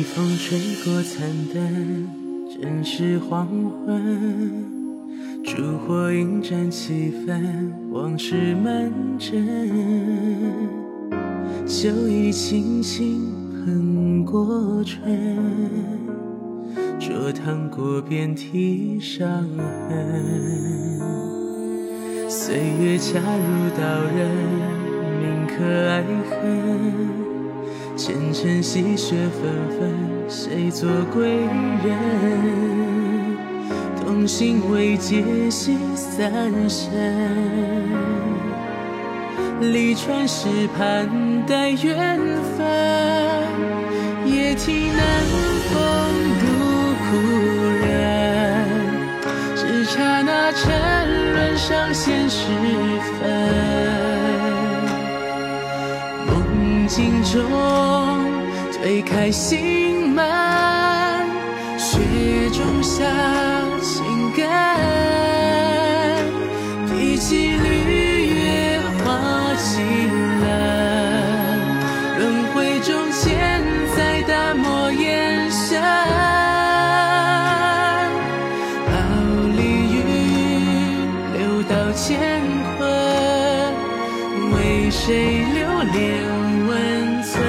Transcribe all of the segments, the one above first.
风吹过惨淡，正是黄昏。烛火映战起帆，往事漫枕。酒意轻轻喷过唇，灼烫过遍体伤痕。岁月恰如刀刃，铭刻爱恨。前尘细雪纷纷，谁做归人？同心为结，心散神。离川时盼待缘分，夜听南风入故人。只刹那沉沦上现时分。镜中推开心门，雪中下情感，提起绿叶花几lần，轮回中千载大漠延伸，毫厘雨流到乾坤，为谁留恋温存？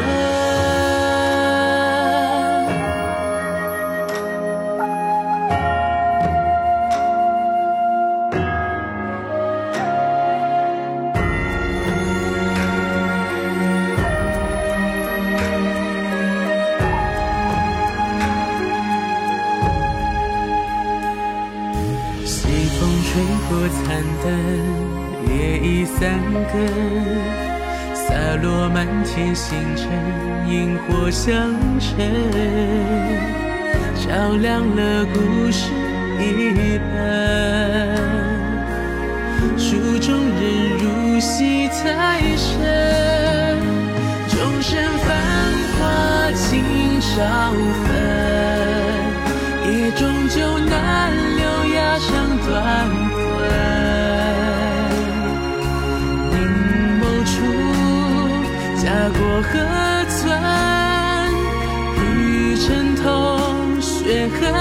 西风吹过惨淡，夜已三更。洒落满天星辰，萤火相衬，照亮了故事一本。书中人如戏太深，终身繁华尽少分，也终究难留崖上断魂。家过河村，与尘同血痕。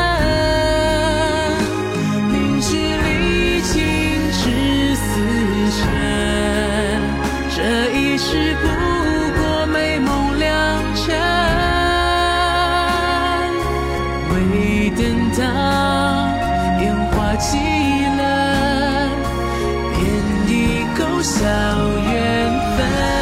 凝聚历经至死沉，这一世不过美梦良辰。未等到烟花几lần，便已勾销缘分。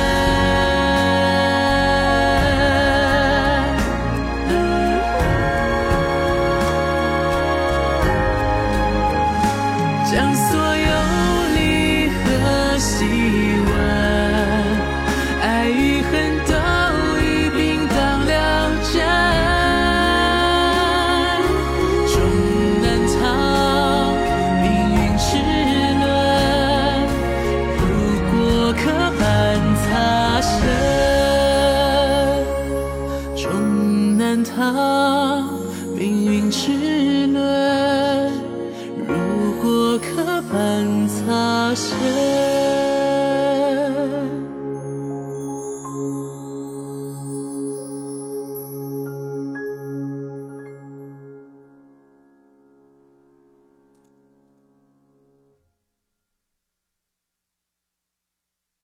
将所有离合细问，爱与恨都一并当了真。终难逃命运齿轮，如果可伴擦身。终难逃命运齿轮，如果可伴擦身。